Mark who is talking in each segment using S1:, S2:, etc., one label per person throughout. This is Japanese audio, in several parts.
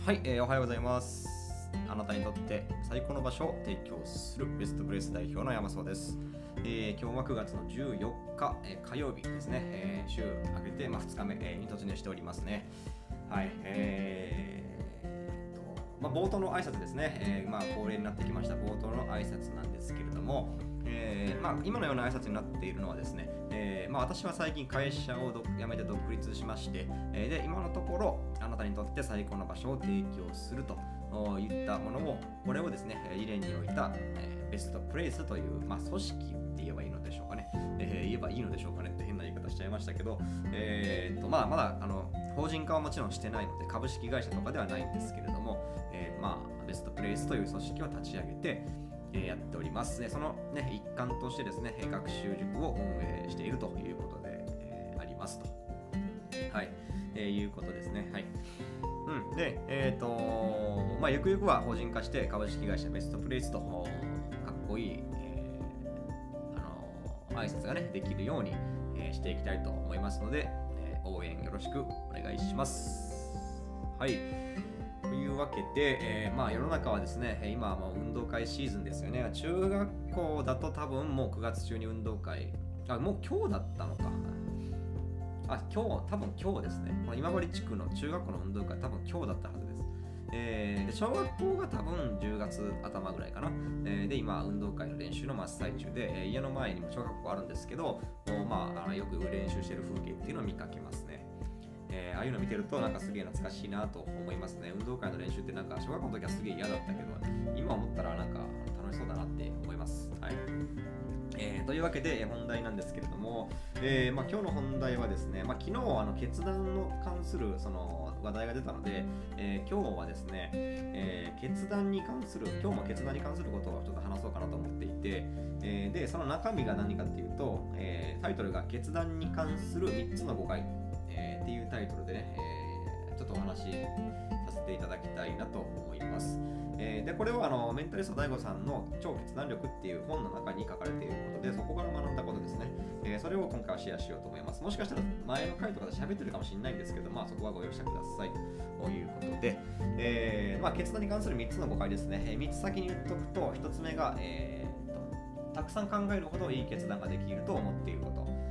S1: はい、おはようございます。あなたにとって最高の場所を提供するベストプレイス代表の山荘です。今日は9月の14日、火曜日ですね、週明けて、2日目、に突入しておりますね。はい、冒頭の挨拶ですね、恒例になってきました冒頭の挨拶なんですけれども、今のような挨拶になっているのはですね、私は最近会社を辞めて独立しまして、で今のところあなたにとって最高の場所を提供するといったものをこれをですね理念に置いた、ベストプレイスという、組織って言えばいいのでしょうかね、言えばいいのでしょうかねって変な言い方しちゃいましたけど、まだ法人化はもちろんしてないので株式会社とかではないんですけれども、ベストプレイスという組織を立ち上げてやっております。その、一環としてですね、学習塾を運営しているということで、ありますと。はい、いうことですね。はい。で、ゆくゆくは法人化して株式会社ベストプレイスとかっこいい、挨拶がね、できるように、していきたいと思いますので、応援よろしくお願いします。はい。というわけで、世の中はですね、今はもう運動会シーズンですよね。中学校だと多分もう9月中に運動会、もう今日だったのか。多分今日ですね。この今治地区の中学校の運動会、多分今日だったはずです。小学校が多分10月頭ぐらいかな。で、今、運動会の練習の真っ最中で、家の前にも小学校あるんですけど、よく練習してる風景っていうのを見かけますね。ああいうの見てるとなんかすげえ懐かしいなと思いますね。運動会の練習ってなんか小学校の時はすげえ嫌だったけど、今思ったらなんか楽しそうだなって思います。はい。というわけで本題なんですけれども、今日の本題はですね、昨日決断の関するその話題が出たので、今日はですね、今日も決断に関することをちょっと話そうかなと思っていて、でその中身が何かっていうと、タイトルが決断に関する3つの誤解、っていうタイトルでね、ちょっとお話しさせていただきたいなと思います。でこれはメンタリスト DAIGO さんの超決断力っていう本の中に書かれていることで、そこから学んだことですね、それを今回はシェアしようと思います。もしかしたら前の回とかで喋ってるかもしれないんですけど、そこはご容赦くださいということで、決断に関する3つの誤解ですね。3つ先に言っとくと、1つ目が、たくさん考えるほどいい決断ができると思っていること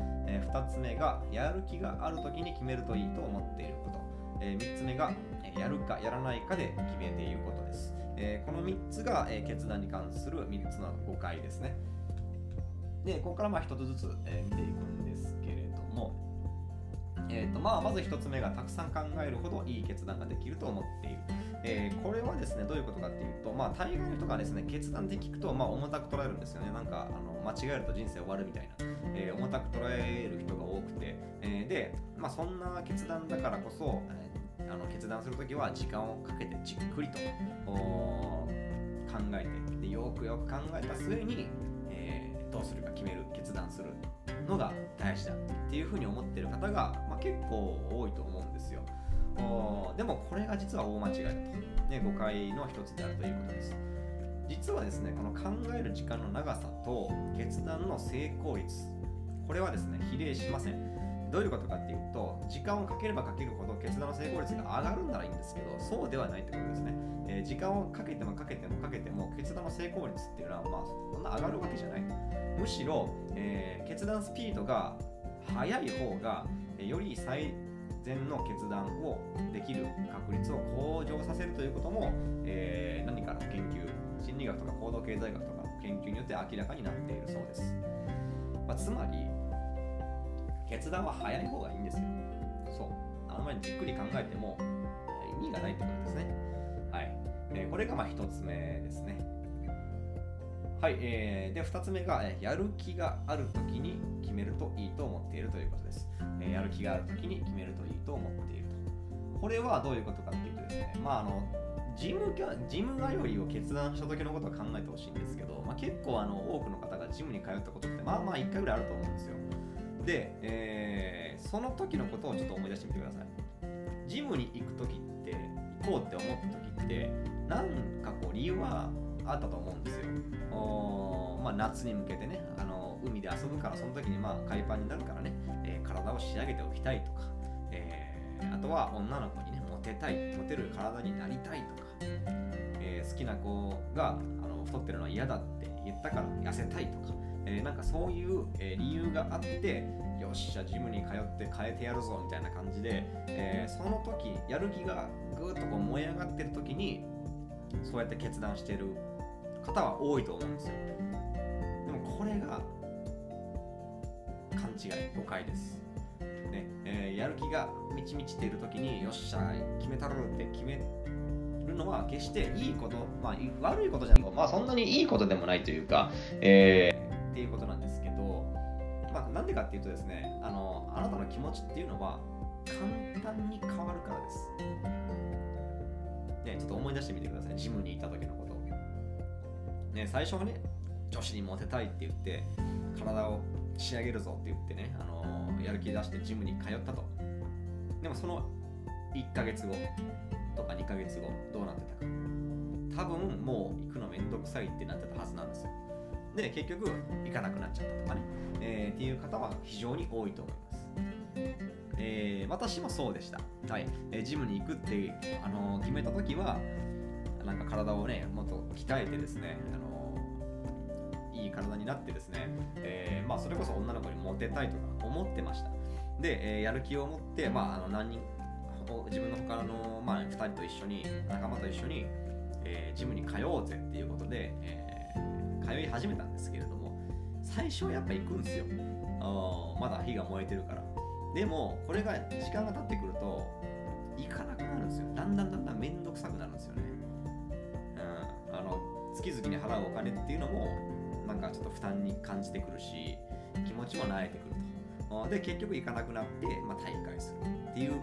S1: 。2つ目がやる気があるときに決めるといいと思っていること。3つ目がやるかやらないかで決めていることです。この3つが決断に関する3つの誤解ですね。で、ここから1つずつ見ていくんですけれども、まず1つ目がたくさん考えるほどいい決断ができると思っている。これはですね、どういうことかっていうと、大概の人がですね、決断で聞くと、重たく捉えるんですよね。なんか間違えると人生終わるみたいな、重たく捉える人が多くて、で、そんな決断だからこそ、決断するときは時間をかけてじっくりと考えて、でよくよく考えた末に、どうするか決める、決断するのが大事だっていうふうに思っている方が、結構多いと思うんですよ。でもこれが実は大間違いだと、誤解の一つであるということです。実はですね、この考える時間の長さと決断の成功率、これはですね、比例しません。どういうことかっていうと、時間をかければかけるほど決断の成功率が上がるんならいいんですけど、そうではないってことですね。時間をかけても決断の成功率っていうのはそんな上がるわけじゃない。むしろ、決断スピードが速い方がより最善の決断をできる確率を向上させるということも、何かの研究、心理学とか行動経済学とかの研究によって明らかになっているそうです。つまり決断は早い方がいいんですよ。そう。あんまりじっくり考えても意味がないってことですね。はい。これが一つ目ですね。はい。で、二つ目がやる気があるときに決めるといいと思っているということです。やる気があるときに決めるといいと思っていると。これはどういうことかっていうとですね、ジム通いを決断した時のことを考えてほしいんですけど、結構多くの方がジムに通ったことって1回ぐらいあると思うんですよ。で、その時のことをちょっと思い出してみてください。ジムに行く時って行こうって思った時ってなんか理由はあったと思うんですよ。夏に向けてね、海で遊ぶからその時に海パンになるからね、体を仕上げておきたいとか、 あとは女の子にね、モテる体になりたいとか、好きな子が太ってるのは嫌だって言ったから痩せたいとか、なんかそういう、理由があって、よっしゃジムに通って変えてやるぞみたいな感じで、その時やる気がぐーっとこう燃え上がってる時にそうやって決断している方は多いと思うんですよ。でもこれが勘違い、誤解です、ね。やる気が満ち満ちている時によっしゃ決めたろうって決めるのは決していいこと、悪いことじゃない、そんなにいいことでもないというか、っていうことなんですけど、なんでかっていうとですね、あなたの気持ちっていうのは簡単に変わるからです。ちょっと思い出してみてください。ジムに行った時のことを。最初はね、女子にモテたいって言って、体を仕上げるぞって言ってね、やる気出してジムに通ったと。でもその1ヶ月後とか2ヶ月後、どうなってたか。多分もう行くのめんどくさいってなってたはずなんですよ。で、結局行かなくなっちゃったとかね、っていう方は非常に多いと思います。私もそうでした。はい。ジムに行くって決めたときは、なんか体をね、もっと鍛えてですね、いい体になってですね、それこそ女の子にモテたいとか思ってました。で、やる気を持って、何人、自分の他の、2人と一緒に、仲間と一緒に、ジムに通おうぜっていうことで、通い始めたんですけれども、最初はやっぱ行くんですよ。まだ火が燃えてるから。でもこれが時間が経ってくると行かなくなるんですよ。だんだんめんどくさくなるんですよね。月々に払うお金っていうのもなんかちょっと負担に感じてくるし、気持ちも慣れてくると。で結局行かなくなって、大会するっていう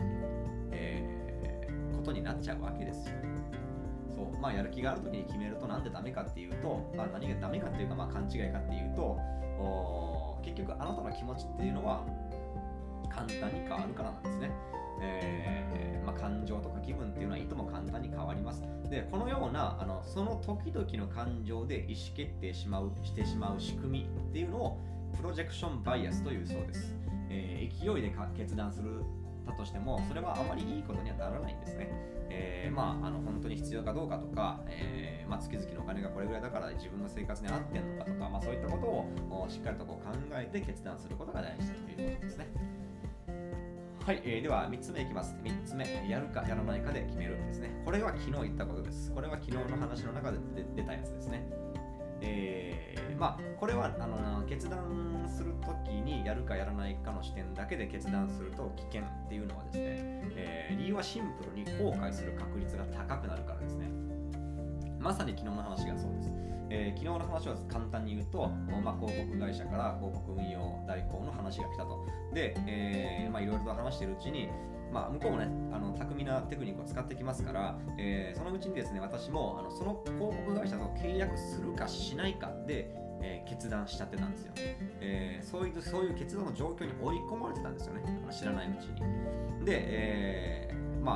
S1: ことになっちゃうわけですよ。そう、やる気がある時に決めるとなんでダメかっていうと、何がダメかっていうか、勘違いかっていうと、結局あなたの気持ちっていうのは簡単に変わるからなんですね。感情とか気分っていうのはいとも簡単に変わります。で、このようなその時々の感情で意思決定してしまう仕組みっていうのをプロジェクションバイアスというそうです。勢いで決断するだとしてもそれはあまりいいことにはならないんですね。本当に必要かどうかとか、月々のお金がこれぐらいだから自分の生活に合ってんのかとか、そういったことをしっかりと考えて決断することが大事ということですね。はい、では3つ目いきます。3つ目、やるかやらないかで決めるんですね。これは昨日言ったことです。これは昨日の話の中で出たやつですね。これは決断するときにやるかやらないかの視点だけで決断すると危険っていうのはですね、理由はシンプルに後悔する確率が高くなるからですね。まさに昨日の話がそうです。昨日の話は簡単に言うと、広告会社から広告運用代行の話が来たと。で、いろいろと話しているうちに、向こうもね、巧みなテクニックを使ってきますから、そのうちにですね、私もその広告会社と契約するかしないかで、決断しちゃってたんですよ。そういう決断の状況に追い込まれてたんですよね、知らないうちに。で、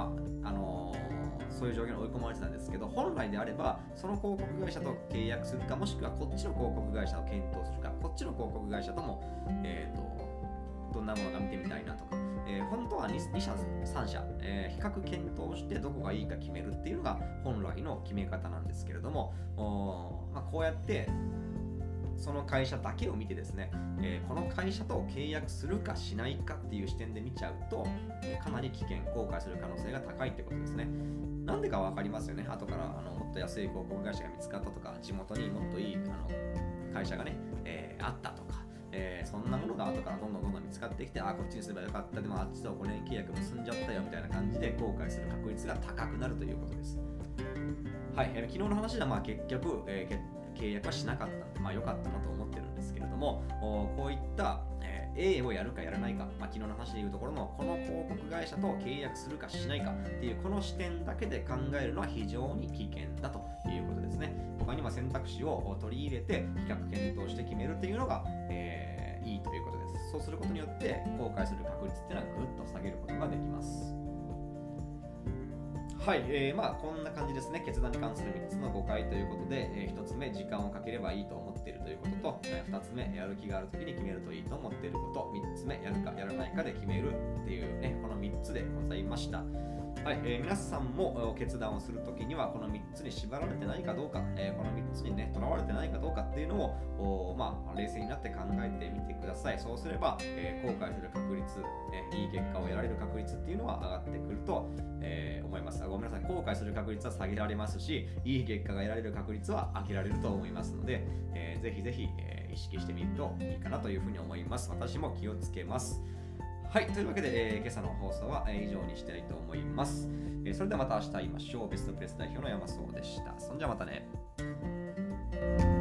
S1: そういう状況に追い込まれてたんですけど、本来であればその広告会社と契約するか、もしくはこっちの広告会社を検討するか、こっちの広告会社とも、どんなものが見てみたいなとか、本当は 2社3社、比較検討してどこがいいか決めるっていうのが本来の決め方なんですけれども、こうやってその会社だけを見てですね、この会社と契約するかしないかっていう視点で見ちゃうと、かなり危険、後悔する可能性が高いってことですね。なんでか分かりますよね。後からもっと安い広告会社が見つかったとか、地元にもっといい会社がね、あったとか、そんなものが後からどんどん見つかってきて、こっちにすればよかった、でもあっちと5年契約結んじゃったよみたいな感じで後悔する確率が高くなるということです。はい、昨日の話では結局、契約はしなかったので、良かったなと思ってるんですけれども、こういった、A をやるかやらないか、昨日の話でいうところのこの広告会社と契約するかしないかっていうこの視点だけで考えるのは非常に危険だということですね。他にも選択肢を取り入れて比較検討して決めるというのが、いいということです。そうすることによって後悔する確率っていうのはぐっと下げることができます。はい、こんな感じですね。決断に関する3つの誤解ということで、1つ目、時間をかければいいと思っているということと、2つ目、やる気があるときに決めるといいと思っていること、3つ目、やるかやらないかで決めるっていうね、この3 3つでございました。はい、皆さんも決断をするときにはこの3つに縛られてないかどうか、この3つにね、とらわれてないかどうかっていうのを、冷静になって考えてみてください。そうすれば、後悔する確率、いい結果を得られる確率っていうのは上がってくると、思います。ごめんなさい、後悔する確率は下げられますし、いい結果が得られる確率は上げられると思いますので、ぜひぜひ、意識してみるといいかなというふうに思います。私も気をつけます。はい、というわけで、今朝の放送は以上にしたいと思います。それではまた明日会いましょう。ベストプレス代表の山荘でした。そんじゃまたね。